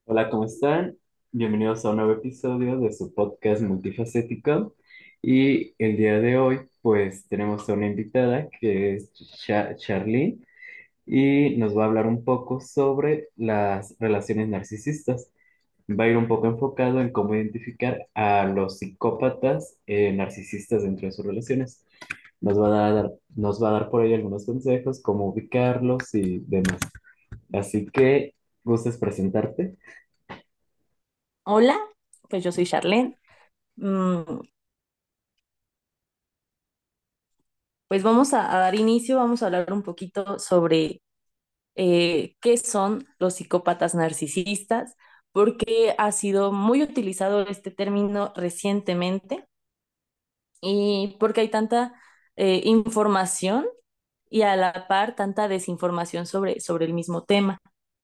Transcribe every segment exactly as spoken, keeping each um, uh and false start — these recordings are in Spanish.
Hola, ¿cómo están? Bienvenidos a un nuevo episodio de su podcast multifacético. Y el día de hoy, pues tenemos a una invitada que es Cha- Charlene y nos va a hablar un poco sobre las relaciones narcisistas. Va a ir un poco enfocado en cómo identificar a los psicópatas eh, narcisistas dentro de sus relaciones. Nos va a dar, nos va a dar por ahí algunos consejos, cómo ubicarlos y demás. Así que, ¿gustas presentarte? Hola, pues yo soy Charlene. Mm, Pues vamos a, a dar inicio, vamos a hablar un poquito sobre eh, qué son los psicópatas narcisistas, porque ha sido muy utilizado este término recientemente y porque hay tanta eh, información y a la par tanta desinformación sobre, sobre el mismo tema.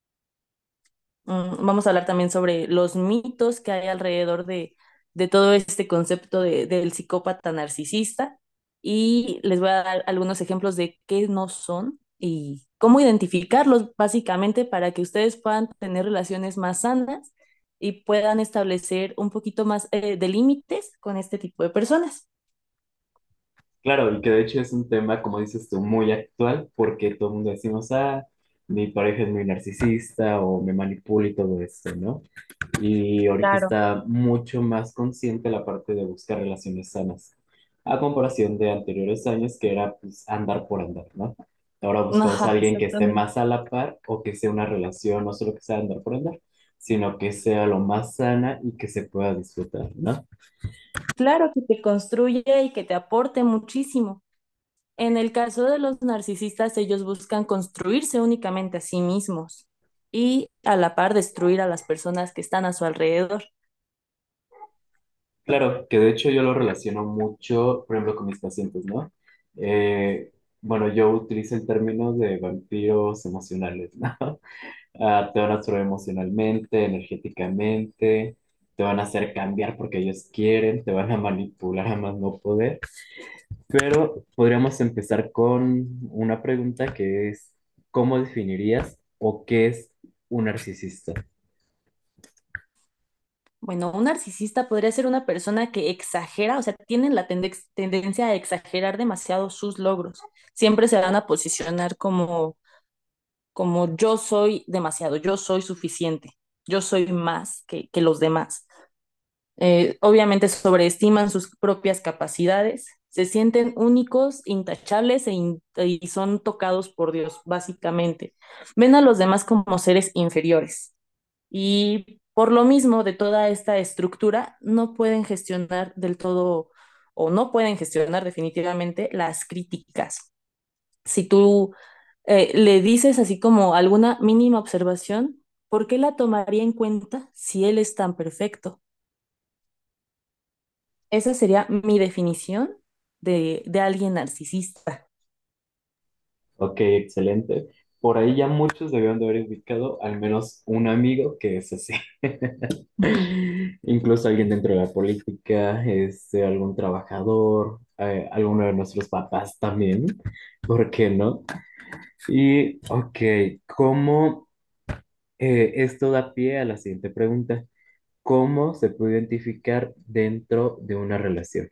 Mm, Vamos a hablar también sobre los mitos que hay alrededor de, de todo este concepto de- del psicópata narcisista y les voy a dar algunos ejemplos de qué no son y cómo identificarlos básicamente para que ustedes puedan tener relaciones más sanas y puedan establecer un poquito más eh, de límites con este tipo de personas. Claro, y que de hecho es un tema, como dices tú, muy actual, porque todo el mundo decimos, ah, mi pareja es muy narcisista o me manipula y todo esto, ¿no? Y ahorita Claro. está mucho más consciente la parte de buscar relaciones sanas, a comparación de anteriores años que era pues andar por andar, ¿no? Ahora buscamos a Ajá, alguien que esté exactamente. más a la par o que sea una relación, no solo que sea andar por andar, sino que sea lo más sana y que se pueda disfrutar, ¿no? Claro que te construye y que te aporte muchísimo. En el caso de los narcisistas, ellos buscan construirse únicamente a sí mismos y a la par destruir a las personas que están a su alrededor. Claro, que de hecho yo lo relaciono mucho, por ejemplo, con mis pacientes, ¿no? Eh, bueno, yo utilizo el término de vampiros emocionales, ¿no? Ah, te van a absorber emocionalmente, energéticamente, te van a hacer cambiar porque ellos quieren, te van a manipular a más no poder. Pero podríamos empezar con una pregunta que es, ¿cómo definirías o qué es un narcisista? Bueno, un narcisista podría ser una persona que exagera, o sea, tienen la tende- tendencia a exagerar demasiado sus logros. Siempre se van a posicionar como, como yo soy demasiado, yo soy suficiente, yo soy más que, que los demás. Eh, obviamente sobreestiman sus propias capacidades, se sienten únicos, intachables e in- y son tocados por Dios, básicamente. Ven a los demás como seres inferiores y por lo mismo de toda esta estructura no pueden gestionar del todo o no pueden gestionar definitivamente las críticas. Si tú eh, le dices así como alguna mínima observación, ¿por qué la tomaría en cuenta si él es tan perfecto? Esa sería mi definición de, de alguien narcisista. Ok, excelente. Por ahí ya muchos debieron de haber ubicado al menos un amigo que es así. Incluso alguien dentro de la política, este, algún trabajador, eh, alguno de nuestros papás también, ¿por qué no? Y, ok, ¿cómo eh, esto da pie a la siguiente pregunta? ¿Cómo se puede identificar dentro de una relación?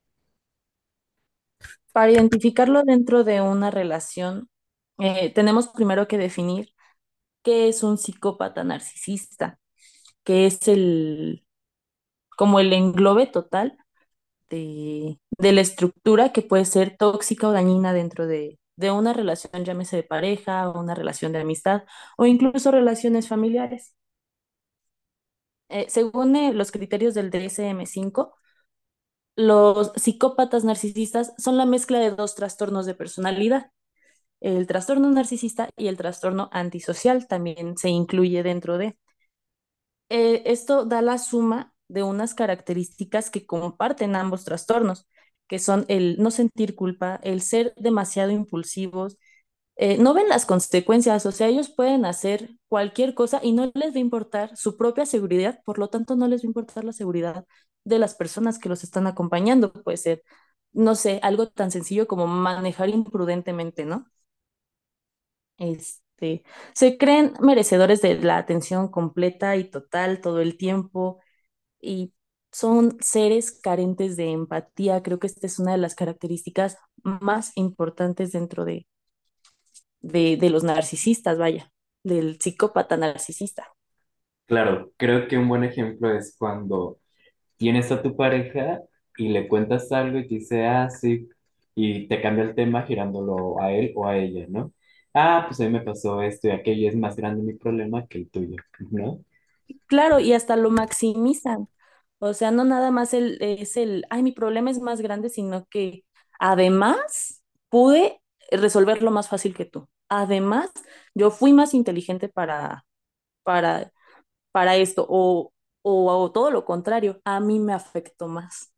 Para identificarlo dentro de una relación, eh, tenemos primero que definir qué es un psicópata narcisista, que es el, como el englobe total de, de la estructura que puede ser tóxica o dañina dentro de, de una relación, llámese de pareja, o una relación de amistad o incluso relaciones familiares. Eh, según eh, los criterios del D S M cinco, los psicópatas narcisistas son la mezcla de dos trastornos de personalidad. El trastorno narcisista y el trastorno antisocial también se incluye dentro de. Eh, esto da la suma de unas características que comparten ambos trastornos, que son el no sentir culpa, el ser demasiado impulsivos, eh, no ven las consecuencias, o sea, ellos pueden hacer cualquier cosa y no les va a importar su propia seguridad, por lo tanto no les va a importar la seguridad de las personas que los están acompañando. Puede ser, no sé, algo tan sencillo como manejar imprudentemente, ¿no? este, se creen merecedores de la atención completa y total todo el tiempo y son seres carentes de empatía. Creo que esta es una de las características más importantes dentro de, de, de los narcisistas, vaya, del psicópata narcisista. Claro, creo que un buen ejemplo es cuando tienes a tu pareja y le cuentas algo y te dice, ah, sí, y te cambia el tema girándolo a él o a ella, ¿no? Ah, pues a mí me pasó esto y aquello, es más grande mi problema que el tuyo, ¿no? Claro, y hasta lo maximizan. O sea, no nada más el, es el, ay, mi problema es más grande, sino que además pude resolverlo más fácil que tú. Además, yo fui más inteligente para, para, para esto, o, o, o todo lo contrario, a mí me afectó más.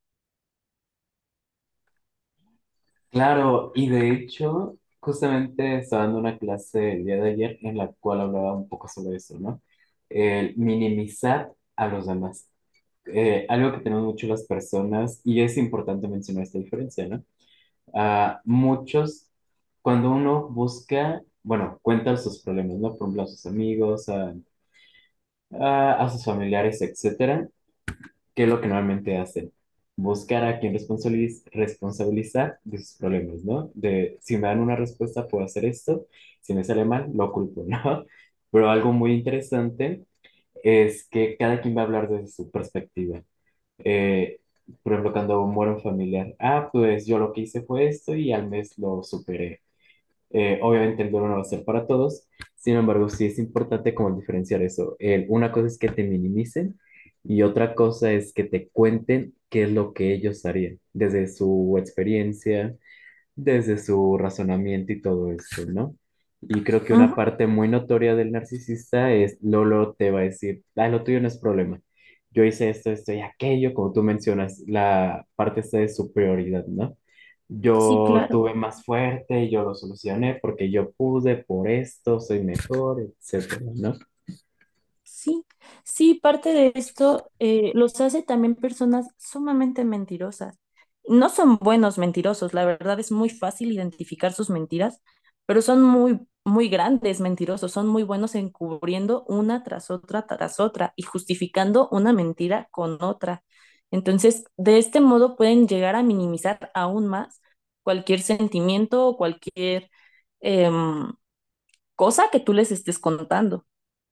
Claro, y de hecho, justamente estaba dando una clase el día de ayer en la cual hablaba un poco sobre eso, ¿no? El minimizar a los demás. Eh, algo que tenemos mucho las personas, y es importante mencionar esta diferencia, ¿no? A muchos, cuando uno busca, bueno, cuenta sus problemas, ¿no? Por ejemplo, a sus amigos, a, a, a sus familiares, etcétera. ¿Qué es lo que normalmente hacen? Buscar a quien responsabiliz- responsabilizar de sus problemas, ¿no? De si me dan una respuesta, puedo hacer esto, si me sale mal, lo culpo, ¿no? Pero algo muy interesante es que cada quien va a hablar desde su perspectiva. Eh, por ejemplo, cuando muere un familiar, ah, pues yo lo que hice fue esto y al mes lo superé. Eh, obviamente el duelo no va a ser para todos, sin embargo, sí es importante como diferenciar eso. El- una cosa es que te minimicen y otra cosa es que te cuenten qué es lo que ellos harían desde su experiencia, desde su razonamiento y todo eso, ¿no? Y creo que una Ujú. parte muy notoria del narcisista es Lolo te va a decir, ah, lo tuyo no es problema. Yo hice esto, esto y aquello, como tú mencionas, la parte esta de superioridad, ¿no? Sí, Yo claro. tuve más fuerte, yo lo solucioné porque yo pude, por esto soy mejor, etcétera, ¿no? Sí, sí, parte de esto eh, los hace también personas sumamente mentirosas. No son buenos mentirosos, la verdad es muy fácil identificar sus mentiras, pero son muy, muy grandes mentirosos, son muy buenos encubriendo una tras otra tras otra y justificando una mentira con otra. Entonces, de este modo pueden llegar a minimizar aún más cualquier sentimiento o cualquier em, cosa que tú les estés contando.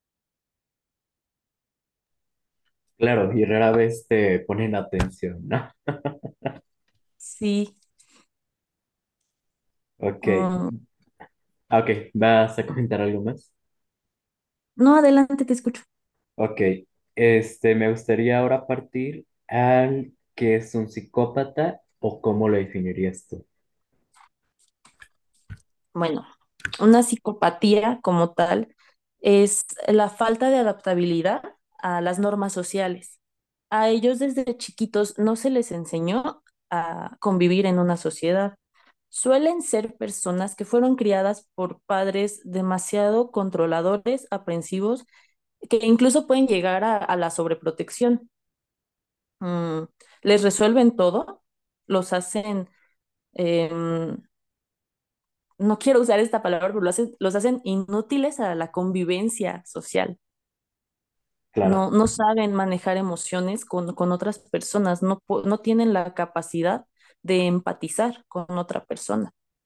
Claro, y rara vez te ponen atención, ¿no? Sí. Ok, mm, ah, ok, ¿vas a comentar algo más? No, adelante, te escucho. Ok, este, me gustaría ahora partir al que es un psicópata o cómo lo definirías tú. Bueno, una psicopatía como tal es la falta de adaptabilidad a las normas sociales. A ellos desde chiquitos no se les enseñó a convivir en una sociedad. Suelen ser personas que fueron criadas por padres demasiado controladores, aprensivos, que incluso pueden llegar a, a la sobreprotección. Mm, les resuelven todo, los hacen em, no quiero usar esta palabra, pero lo hacen- los hacen inútiles a la convivencia social. Claro, No, no saben manejar emociones con, con otras personas, no, po- no tienen la capacidad de empatizar con otra persona.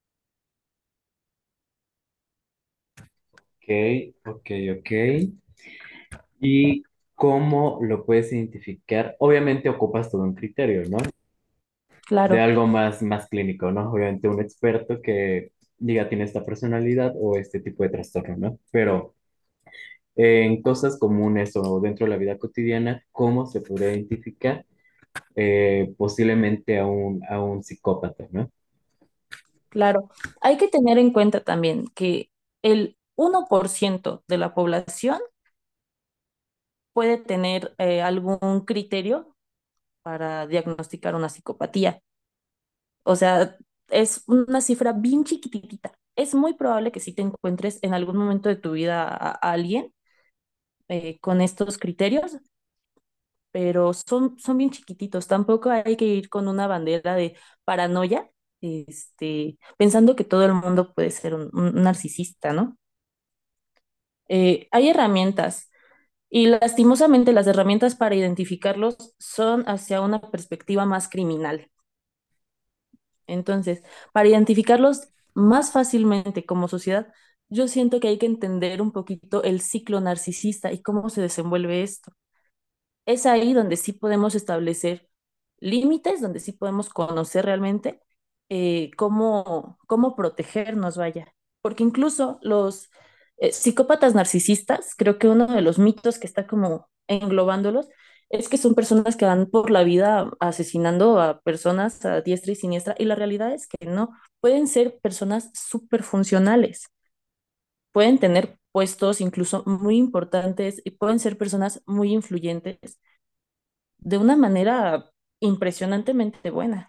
ok, ok, ok. ¿Y cómo lo puedes identificar? Obviamente ocupas todo un criterio, ¿no? De Claro, algo más, más clínico, ¿no? Obviamente un experto que diga tiene esta personalidad o este tipo de trastorno, ¿no? Pero en cosas comunes o dentro de la vida cotidiana, ¿cómo se puede identificar eh, posiblemente a un, a un psicópata, ¿no? claro. Hay que tener en cuenta también que el uno por ciento de la población puede tener eh, algún criterio para diagnosticar una psicopatía. O sea, es una cifra bien chiquitita. Es muy probable que sí te encuentres en algún momento de tu vida a, a alguien eh, con estos criterios, pero son, son bien chiquititos. Tampoco hay que ir con una bandera de paranoia, este, pensando que todo el mundo puede ser un, un narcisista, ¿no? Eh, hay herramientas y lastimosamente las herramientas para identificarlos son hacia una perspectiva más criminal. Entonces, para identificarlos más fácilmente como sociedad, yo siento que hay que entender un poquito el ciclo narcisista y cómo se desenvuelve esto. Es ahí donde sí podemos establecer límites, donde sí podemos conocer realmente eh, cómo, cómo protegernos, vaya. Porque incluso los eh, psicópatas narcisistas, creo que uno de los mitos que está como englobándolos es que son personas que van por la vida asesinando a personas a diestra y siniestra, y la realidad es que no, pueden ser personas súper funcionales, pueden tener puestos incluso muy importantes y pueden ser personas muy influyentes de una manera impresionantemente buena.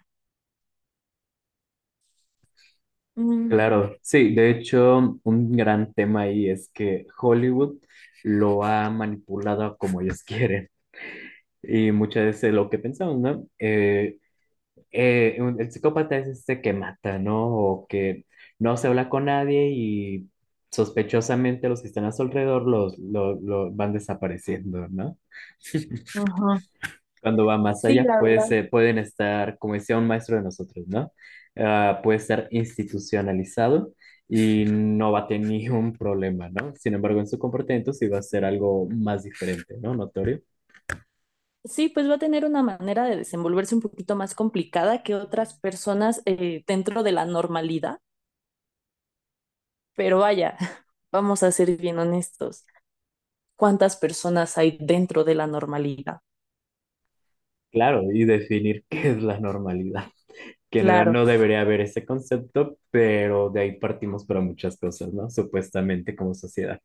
Mm, Claro, sí, de hecho, un gran tema ahí es que Hollywood lo ha manipulado como ellos quieren. Y muchas veces lo que pensamos, ¿no? Eh, eh, un- el psicópata es este que mata, ¿no? O que no se habla con nadie y sospechosamente los que están a su alrededor los, lo, lo van desapareciendo, ¿no? ujú. Cuando va más Sí, allá, la puede verdad. ser- pueden estar, como decía un maestro de nosotros, ¿no? Ah, puede estar institucionalizado y no va a tener ningún problema, ¿no? Sin embargo, en su comportamiento sí va a ser algo más diferente, ¿no? Notorio. Sí, pues va a tener una manera de desenvolverse un poquito más complicada que otras personas eh, dentro de la normalidad, pero vaya, vamos a ser bien honestos. ¿Cuántas personas hay dentro de la normalidad? Claro, y definir qué es la normalidad. Que en realidad Claro, no debería haber ese concepto, pero de ahí partimos para muchas cosas, ¿no? Supuestamente como sociedad.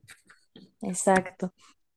exacto.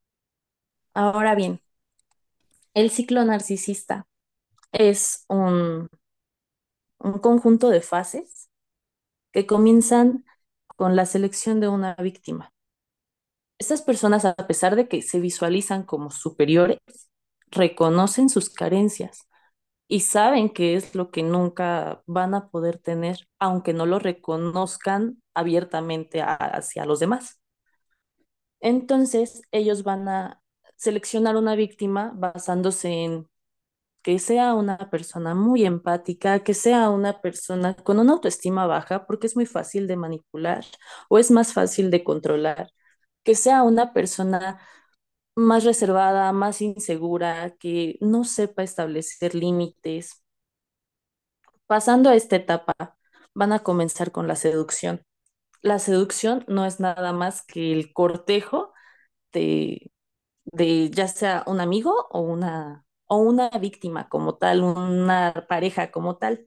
Ahora bien, el ciclo narcisista es un, un conjunto de fases que comienzan con la selección de una víctima. Estas personas, a pesar de que se visualizan como superiores, reconocen sus carencias y saben que es lo que nunca van a poder tener, aunque no lo reconozcan abiertamente a- hacia los demás. Entonces, ellos van a seleccionar una víctima basándose en que sea una persona muy empática, que sea una persona con una autoestima baja, porque es muy fácil de manipular o es más fácil de controlar, que sea una persona más reservada, más insegura, que no sepa establecer límites. Pasando a esta etapa, van a comenzar con la seducción. La seducción no es nada más que el cortejo de, de ya sea un amigo o una, o una víctima como tal, una pareja como tal.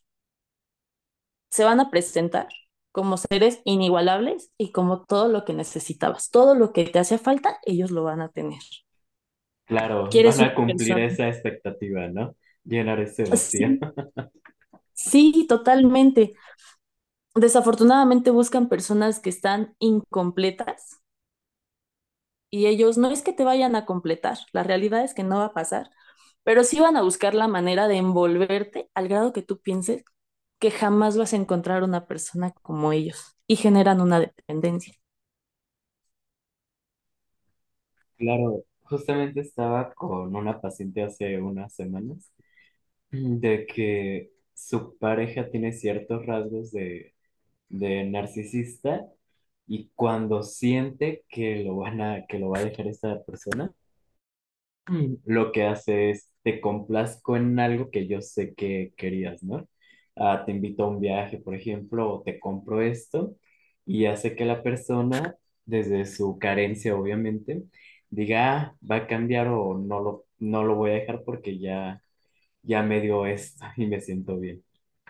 Se van a presentar como seres inigualables y como todo lo que necesitabas, todo lo que te hacía falta, ellos lo van a tener. Claro, ¿Quieres van una a cumplir persona? esa expectativa, ¿no? Llenar ese vacío. Sí, sí, totalmente. Desafortunadamente buscan personas que están incompletas y ellos no es que te vayan a completar, la realidad es que no va a pasar, pero sí van a buscar la manera de envolverte al grado que tú pienses que jamás vas a encontrar una persona como ellos y generan una dependencia. Claro, justamente estaba con una paciente hace unas semanas de que su pareja tiene ciertos rasgos de, de narcisista y cuando siente que lo van a, que lo va a dejar esta persona, lo que hace es te complazco en algo que yo sé que querías, ¿no? Ah, te invito a un viaje, por ejemplo, o te compro esto y hace que la persona, desde su carencia, obviamente, diga, "Ah, va a cambiar o no lo, no lo voy a dejar porque ya, ya me dio esto y me siento bien".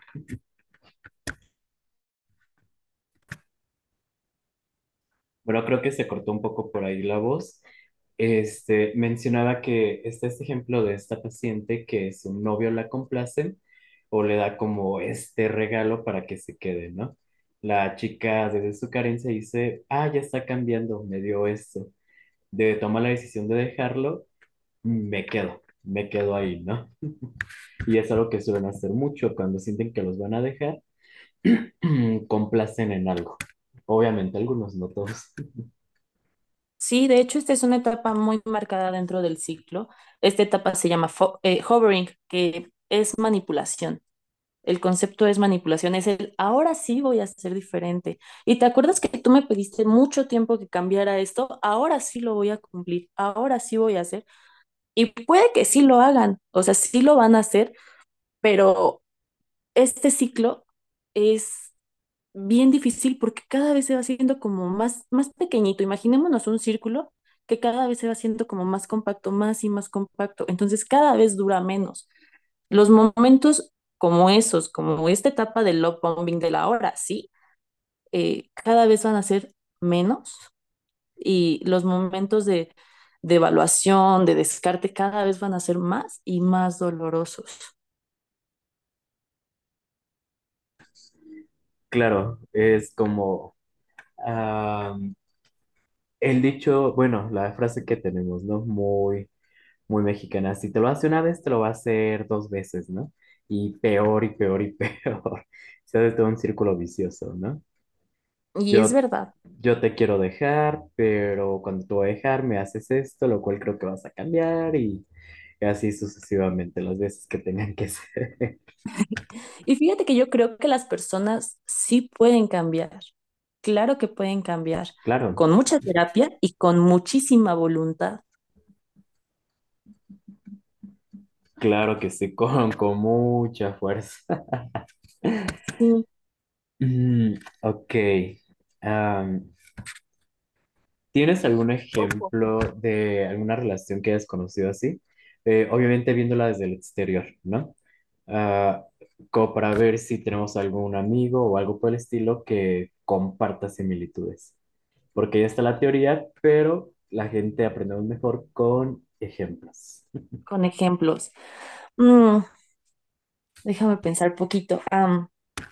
Bueno, creo que se cortó un poco por ahí la voz. Este, mencionaba que está este ejemplo de esta paciente que su novio la complace o le da como este regalo para que se quede, ¿no? La chica desde su carencia dice, ah, ya está cambiando, me dio esto. De tomar la decisión de dejarlo, me quedo, me quedo ahí, ¿no? Y es algo que suelen hacer mucho cuando sienten que los van a dejar, complacen en algo. Obviamente, algunos, no todos. Sí, de hecho, esta es una etapa muy marcada dentro del ciclo. Esta etapa se llama fo- eh, hovering, que es manipulación. El concepto es manipulación, es el ahora sí voy a ser diferente. Y te acuerdas que tú me pediste mucho tiempo que cambiara esto, ahora sí lo voy a cumplir, ahora sí voy a hacer. Y puede que sí lo hagan, o sea, sí lo van a hacer, pero este ciclo es bien difícil porque cada vez se va haciendo como más, más pequeñito. Imaginémonos un círculo que cada vez se va haciendo como más compacto, más y más compacto. Entonces cada vez dura menos. Los momentos como esos, como esta etapa del love bombing de la hora, sí, eh, cada vez van a ser menos y los momentos de, de evaluación, de descarte, cada vez van a ser más y más dolorosos. Claro, es como ah, el dicho, bueno, la frase que tenemos, ¿no? Muy, muy mexicana. Si te lo hace una vez, te lo va a hacer dos veces, ¿no? Y peor y peor y peor. Se hace todo un círculo vicioso, ¿no? Y es Yo, verdad. yo te quiero dejar, pero cuando te voy a dejar me haces esto, lo cual creo que vas a cambiar y así sucesivamente, las veces que tengan que ser. Y fíjate que yo creo que las personas sí pueden cambiar. Claro que pueden cambiar Claro, con mucha terapia y con muchísima voluntad. claro que sí, con, con mucha fuerza. Sí, Mm, ok. Am, ¿tienes algún poco. ejemplo de alguna relación que hayas conocido así? Eh, obviamente viéndola desde el exterior, ¿no? Ah, como para ver si tenemos algún amigo o algo por el estilo que comparta similitudes. Porque ya está la teoría, pero la gente aprendemos mejor con ejemplos. Con ejemplos. Mm, déjame pensar poquito. Am,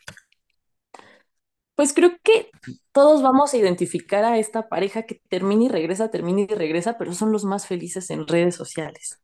pues creo que todos vamos a identificar a esta pareja que termina y regresa, termina y regresa, pero son los más felices en redes sociales.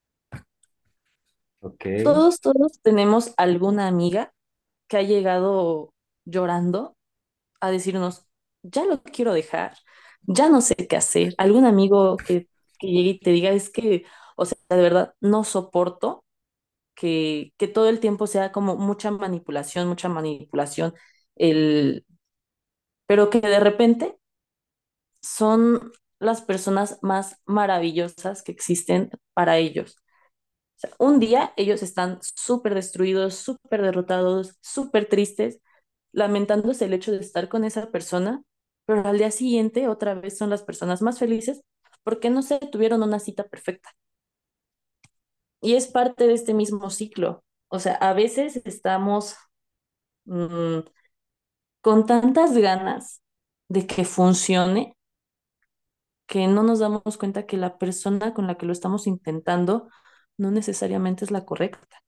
Ok, Todos, todos tenemos alguna amiga que ha llegado llorando a decirnos, ya lo quiero dejar, ya no sé qué hacer. Algún amigo que, que llegue y te diga, es que, o sea, de verdad, no soporto que, que todo el tiempo sea como mucha manipulación, mucha manipulación, el, pero que de repente son las personas más maravillosas que existen para ellos. O sea, un día ellos están súper destruidos, súper derrotados, súper tristes, lamentándose el hecho de estar con esa persona, pero al día siguiente otra vez son las personas más felices porque no se tuvieron una cita perfecta. Y es parte de este mismo ciclo. O sea, a veces estamos mm, con tantas ganas de que funcione que no nos damos cuenta que la persona con la que lo estamos intentando no necesariamente es la correcta.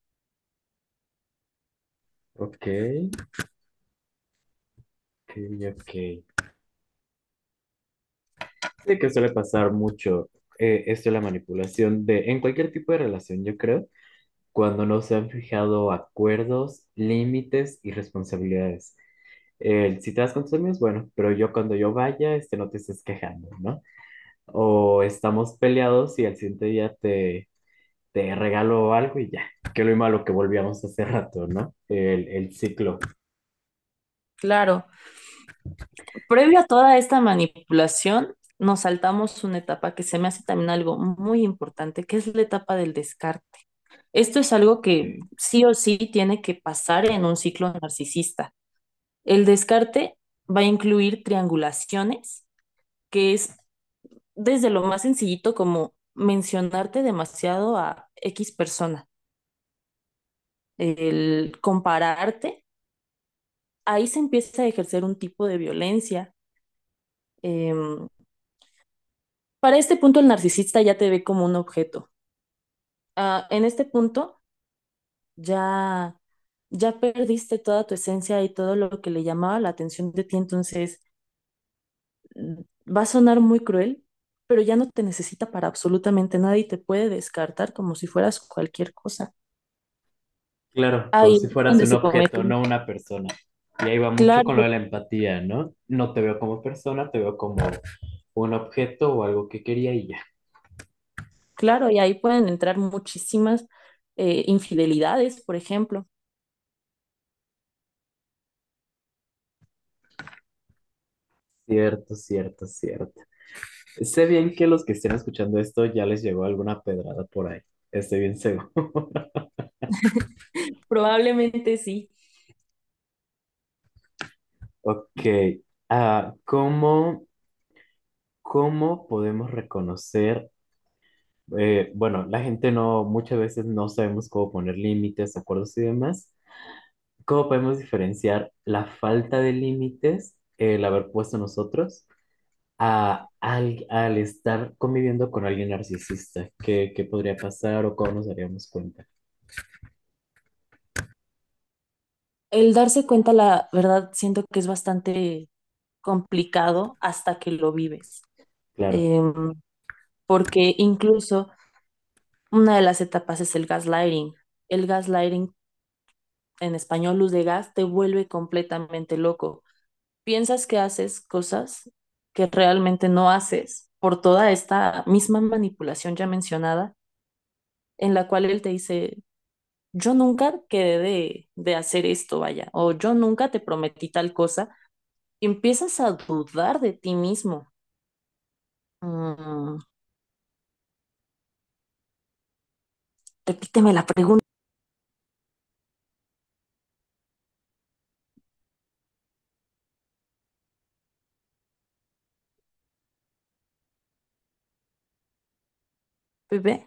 ok, ok, ok. Sí que suele pasar mucho eh, esto de la manipulación de, en cualquier tipo de relación, yo creo, cuando no se han fijado acuerdos, límites y responsabilidades. El, si te das con tus amigos, bueno, pero yo cuando yo vaya, este, no te estés quejando, ¿no? O estamos peleados y al siguiente día te, te regalo algo y ya. Que lo malo que volvíamos hace rato, ¿no? El, el ciclo. Claro, previo a toda esta manipulación, nos saltamos una etapa que se me hace también algo muy importante, que es la etapa del descarte. Esto es algo que Ok, sí o sí tiene que pasar en un ciclo narcisista. El descarte va a incluir triangulaciones, que es desde lo más sencillito como mencionarte demasiado a X persona, el compararte, ahí se empieza a ejercer un tipo de violencia. Em, para este punto el narcisista ya te ve como un objeto. Ah, en este punto ya, ya perdiste toda tu esencia y todo lo que le llamaba la atención de ti, entonces mm, va a sonar muy cruel, pero ya no te necesita para absolutamente nada y te puede descartar como si fueras cualquier cosa. claro, como Ahí si es fueras donde un se comete. objeto, no una persona. Y ahí va mucho con lo Claro, de la empatía, ¿no? No te veo como persona, te veo como un objeto o algo que quería y ya. Claro, y ahí pueden entrar muchísimas eh, infidelidades, por ejemplo. Cierto, cierto, cierto. Sé bien que los que estén escuchando esto ya les llegó alguna pedrada por ahí. Estoy bien seguro. Probablemente sí. Ok. Ah, ¿cómo, cómo podemos reconocer? Eh, bueno, la gente no, muchas veces no sabemos cómo poner límites, acuerdos y demás. ¿Cómo podemos diferenciar la falta de límites, el haber puesto nosotros, a, al, al estar conviviendo con alguien narcisista? ¿Qué, qué podría pasar o cómo nos daríamos cuenta? El darse cuenta, la verdad, siento que es bastante complicado hasta que lo vives. Claro. Em, Porque incluso una de las etapas es el gaslighting. El gaslighting, en español luz de gas, te vuelve completamente loco. Piensas que haces cosas que realmente no haces por toda esta misma manipulación ya mencionada, en la cual él te dice, yo nunca quedé de, de hacer esto, vaya, o yo nunca te prometí tal cosa, y empiezas a dudar de ti mismo. Mm, repíteme la pregunta, bebé.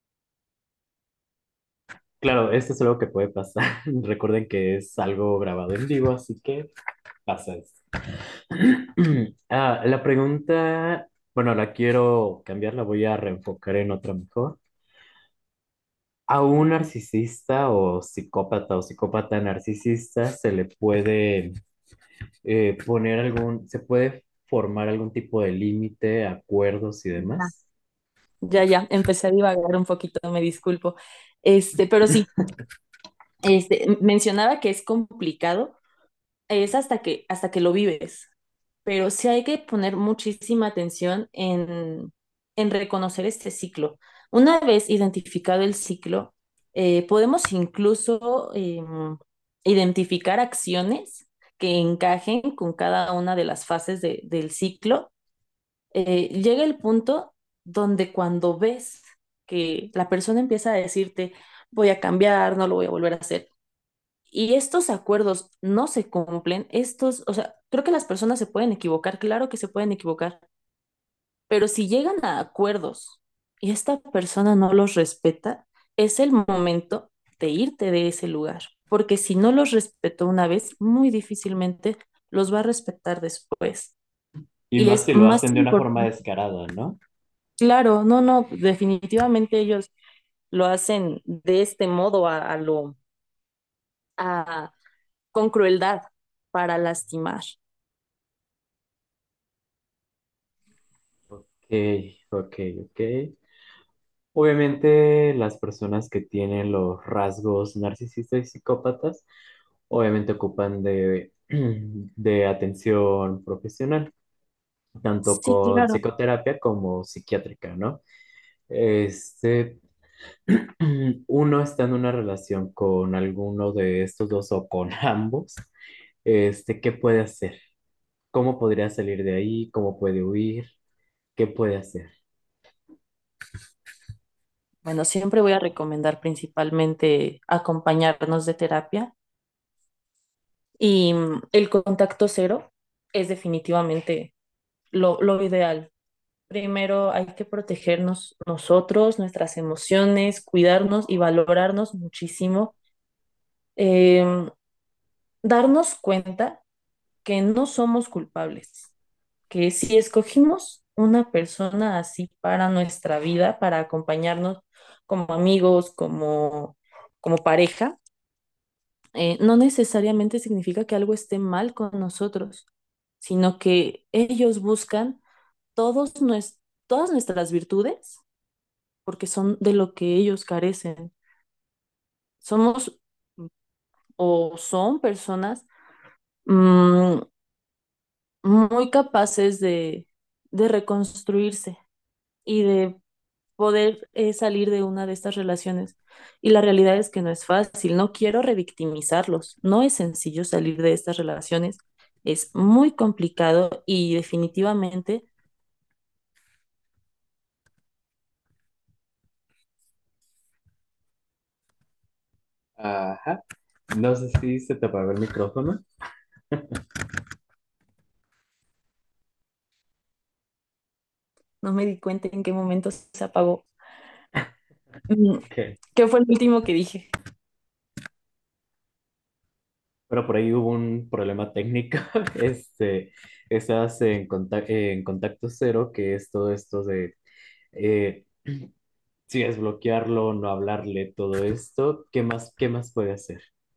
Claro, esto es algo que puede pasar. Recuerden que es algo grabado en vivo, así que pasa esto. Ah, la pregunta, bueno, la quiero cambiar, la voy a reenfocar en otra mejor. ¿A un narcisista o psicópata o psicópata narcisista se le puede eh, poner algún, se puede formar algún tipo de límite, acuerdos y Ya, demás? ya, ya, empecé a divagar un poquito, me disculpo. Este, pero sí, este, mencionaba que es complicado, es hasta que, hasta que lo vives, pero sí hay que poner muchísima atención en, en reconocer este ciclo. Una vez identificado el ciclo, eh, podemos incluso em, identificar acciones que encajen con cada una de las fases de- del ciclo. Eh, llega el punto donde cuando ves que la persona empieza a decirte, voy a cambiar, no lo voy a volver a hacer, y estos acuerdos no se cumplen, estos, o sea, creo que las personas se pueden equivocar, claro que se pueden equivocar, pero si llegan a acuerdos y esta persona no los respeta, es el momento de irte de ese lugar, porque si no los respetó una vez, muy difícilmente los va a respetar después. Y Y más es si lo más hacen de una forma importante, descarada, ¿no? claro, no, no, definitivamente ellos lo hacen de este modo a, a lo, a, con crueldad para lastimar. Ok, ok, ok. Obviamente las personas que tienen los rasgos narcisistas y psicópatas, obviamente ocupan de, de atención profesional, tanto Sí, con claro. psicoterapia como psiquiátrica, ¿no? Este, uno está en una relación con alguno de estos dos o con ambos, este, ¿qué puede hacer? ¿Cómo podría salir de ahí? ¿Cómo puede huir? ¿Qué puede hacer? Bueno, siempre voy a recomendar principalmente acompañarnos de terapia y mm, el contacto cero es definitivamente lo, lo ideal. Primero hay que protegernos nosotros, nuestras emociones, cuidarnos y valorarnos muchísimo. Em, Darnos cuenta que no somos culpables, que si escogimos una persona así para nuestra vida, para acompañarnos como amigos, como, como pareja, eh, no necesariamente significa que algo esté mal con nosotros, sino que ellos buscan todos nues- todas nuestras virtudes porque son de lo que ellos carecen. Somos o son personas mm, muy capaces de, de reconstruirse y de poder eh, salir de una de estas relaciones. Y la realidad es que no es fácil, no quiero revictimizarlos, no es sencillo salir de estas relaciones, es muy complicado y definitivamente, Ajá. No sé si se te apagó el micrófono. no me di cuenta en qué momento se apagó. Mm, Ok. ¿Qué fue el último que dije? Pero por ahí hubo un problema técnico. Este, estás en contacto, en contacto cero, que es todo esto de eh, si es bloquearlo, no hablarle, todo esto. ¿Qué más, qué más puede hacer?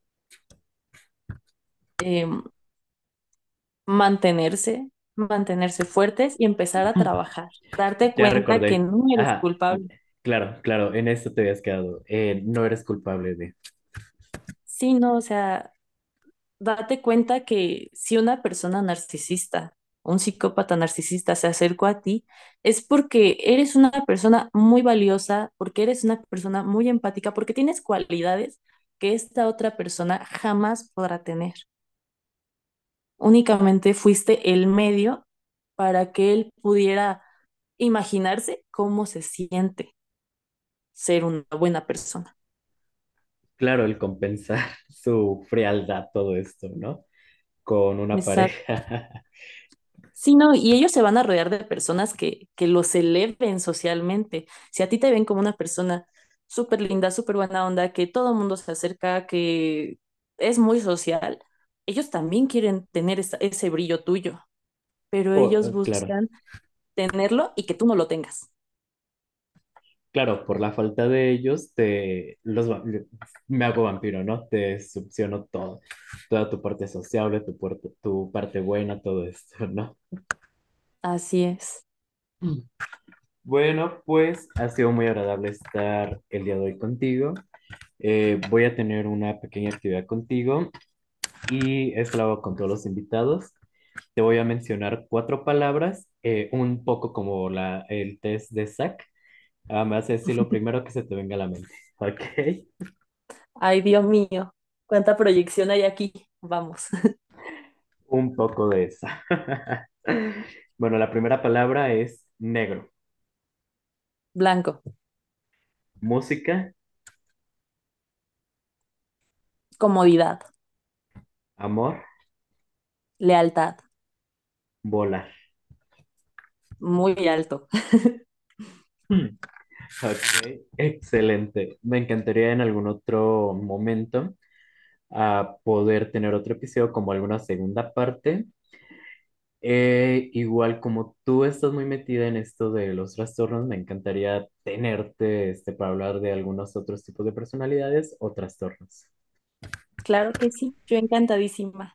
Em, mantenerse, mantenerse fuertes y empezar a trabajar, darte Ya cuenta que recordé. no eres Ajá, culpable. claro, claro, en esto te habías quedado. Eh, no eres culpable de. Sí, no, o sea, date cuenta que si una persona narcisista, un psicópata narcisista se acercó a ti, es porque eres una persona muy valiosa, porque eres una persona muy empática, porque tienes cualidades que esta otra persona jamás podrá tener. Únicamente fuiste el medio para que él pudiera imaginarse cómo se siente ser una buena persona. Claro, el compensar su frialdad, todo esto, ¿no? Con una Exacto. pareja. Sí, no, y ellos se van a rodear de personas que, que los eleven socialmente. Si a ti te ven como una persona súper linda, súper buena onda, que todo el mundo se acerca, que es muy social, ellos también quieren tener esa- ese brillo tuyo, pero Por- ellos eh, claro, buscan tenerlo y que tú no lo tengas. claro, por la falta de ellos, te los va- me hago vampiro, ¿no? Te succiono todo, toda tu parte sociable, tu, puerto- tu parte buena, todo esto, ¿no? Así es. Bueno, pues ha sido muy agradable estar el día de hoy contigo. Eh, voy a tener una pequeña actividad contigo y esto lo hago con todos los invitados. Te voy a mencionar cuatro palabras, eh, un poco como la, el test de S A C. Ah, me vas a decir lo primero que se te venga a la mente, ¿ok? Ay, Dios mío, cuánta proyección hay aquí. Vamos. Un poco de esa. Bueno, la primera palabra es negro. Blanco, Música, comodidad, amor, lealtad, volar. muy alto. Hmm. Ok, excelente. Me encantaría en algún otro momento a poder tener otro episodio como alguna segunda parte. Eh, igual como tú estás muy metida en esto de los trastornos, me encantaría tenerte este, para hablar de algunos otros tipos de personalidades o trastornos. Claro que sí, yo encantadísima.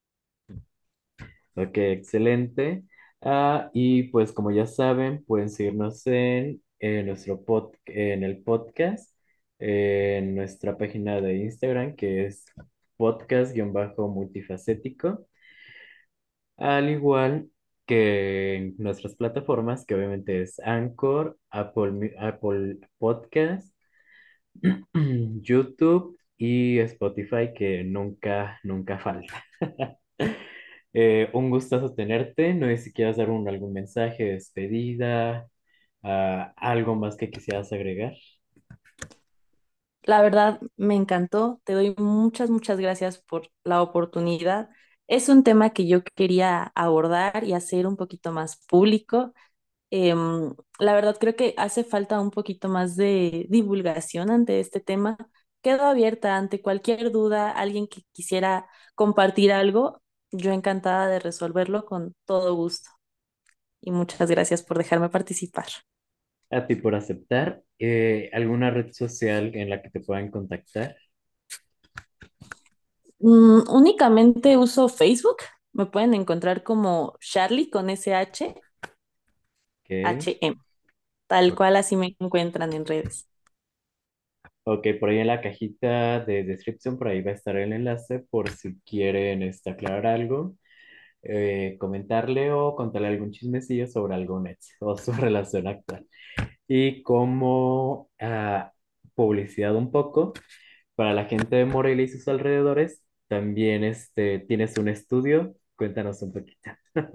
Ok, excelente. Ah, y pues como ya saben, pueden seguirnos en, en nuestro pod, en el podcast, en nuestra página de Instagram, que es podcast-multifacético, al igual que en nuestras plataformas, que obviamente es Anchor, Apple, Mi- Apple Podcast, YouTube y Spotify, que nunca, nunca falta. Eh, un gustazo tenerte. No sé si quieras dar un- algún mensaje de despedida, ah, algo más que quisieras agregar. La verdad, me encantó. Te doy muchas, muchas gracias por la oportunidad. Es un tema que yo quería abordar y hacer un poquito más público. Em, la verdad, creo que hace falta un poquito más de divulgación ante este tema. Quedo abierta ante cualquier duda, alguien que quisiera compartir algo. Yo encantada de resolverlo con todo gusto. Y muchas gracias por dejarme participar. A ti por aceptar. Eh, ¿alguna red social en la que te puedan contactar? Mm, únicamente uso Facebook. Me pueden encontrar como Charlie con S H, Ok. H M, tal Ok, cual así me encuentran en redes. ok, por ahí en la cajita de descripción, por ahí va a estar el enlace por si quieren este, aclarar algo. eh, comentarle o contarle algún chismecillo sobre algún ex o su relación actual. Y como ah, publicidad un poco, para la gente de Morelia y sus alrededores, también este, tienes un estudio. Cuéntanos un poquito.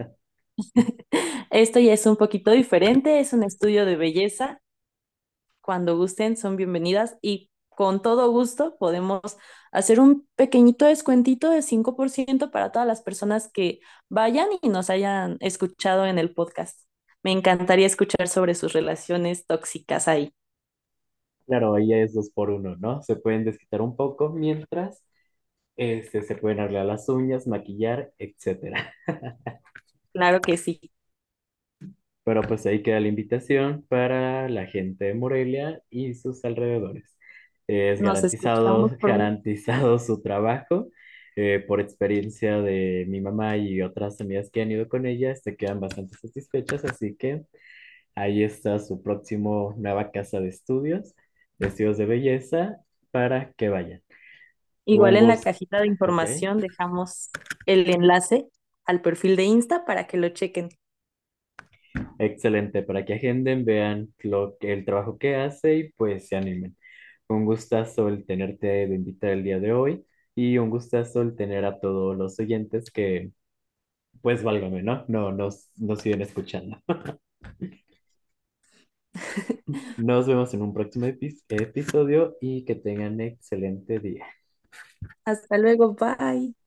Esto ya es un poquito diferente, es un estudio de belleza. Cuando gusten, son bienvenidas y con todo gusto podemos hacer un pequeñito descuentito de cinco por ciento para todas las personas que vayan y nos hayan escuchado en el podcast. Me encantaría escuchar sobre sus relaciones tóxicas ahí. Claro, ahí es dos por uno, ¿no? Se pueden desquitar un poco mientras este, se pueden arreglar las uñas, maquillar, etcétera. Claro que sí. Pero pues ahí queda la invitación para la gente de Morelia y sus alrededores. Es Nos escuchamos garantizado, pronto. garantizado su trabajo. Eh, por experiencia de mi mamá y otras amigas que han ido con ella, se quedan bastante satisfechas, así que ahí está su próximo nueva casa de estudios, de estudios de belleza, para que vayan. Igual Un en la gusto, cajita de ¿ok? información dejamos el enlace al perfil de Insta para que lo chequen. Excelente, para que agenden, vean lo que, el trabajo que hace y pues se animen. Un gustazo el tenerte de invitar el día de hoy y un gustazo el tener a todos los oyentes que, pues válgame, ¿no? No, nos, nos siguen escuchando. Nos vemos en un próximo epi- episodio y que tengan excelente día. Hasta luego, bye.